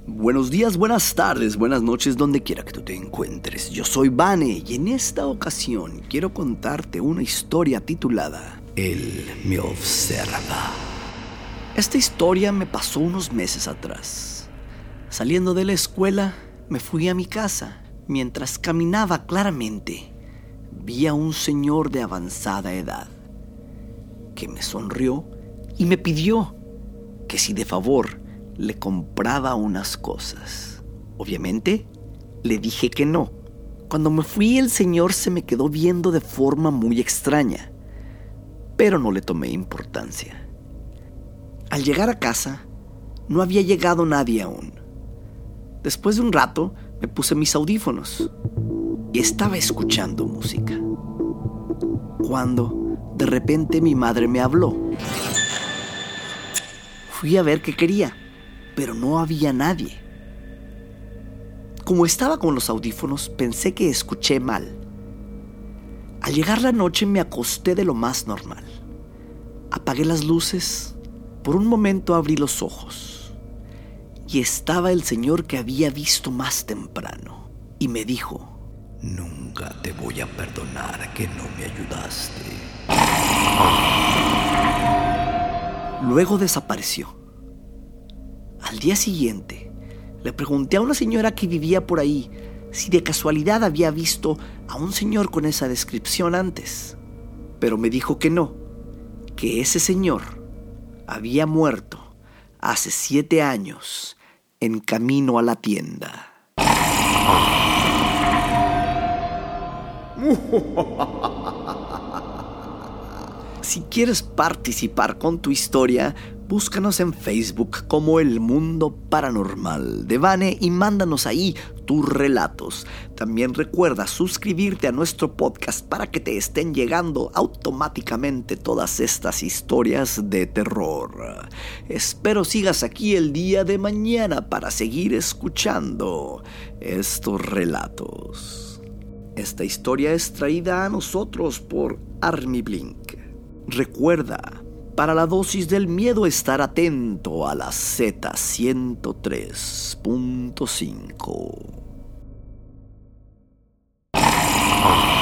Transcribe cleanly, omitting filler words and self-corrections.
Buenos días, buenas tardes, buenas noches, donde quiera que tú te encuentres. Yo soy Vane y en esta ocasión quiero contarte una historia titulada Él me observa. Esta historia me pasó unos meses atrás. Saliendo de la escuela, me fui a mi casa. Mientras caminaba claramente, vi a un señor de avanzada edad que me sonrió y me pidió que si de favor le compraba unas cosas. Obviamente, le dije que no. Cuando me fui, el señor se me quedó viendo de forma muy extraña, pero no le tomé importancia. Al llegar a casa, no había llegado nadie aún. Después de un rato, me puse mis audífonos y estaba escuchando música, cuando de repente mi madre me habló. Fui a ver qué quería, pero no había nadie. Como estaba con los audífonos, pensé que escuché mal. Al llegar la noche me acosté de lo más normal. Apagué las luces. Por un momento abrí los ojos y estaba el señor que había visto más temprano. Y me dijo: nunca te voy a perdonar que no me ayudaste. Luego desapareció. Al día siguiente, le pregunté a una señora que vivía por ahí si de casualidad había visto a un señor con esa descripción antes. Pero me dijo que no, que ese señor había muerto hace 7 años en camino a la tienda. Si quieres participar con tu historia, búscanos en Facebook como El Mundo Paranormal de Vane y mándanos ahí tus relatos. También recuerda suscribirte a nuestro podcast para que te estén llegando automáticamente todas estas historias de terror. Espero sigas aquí el día de mañana para seguir escuchando estos relatos. Esta historia es traída a nosotros por Army Blink. Recuerda, para la dosis del miedo, estar atento a la Z103.5.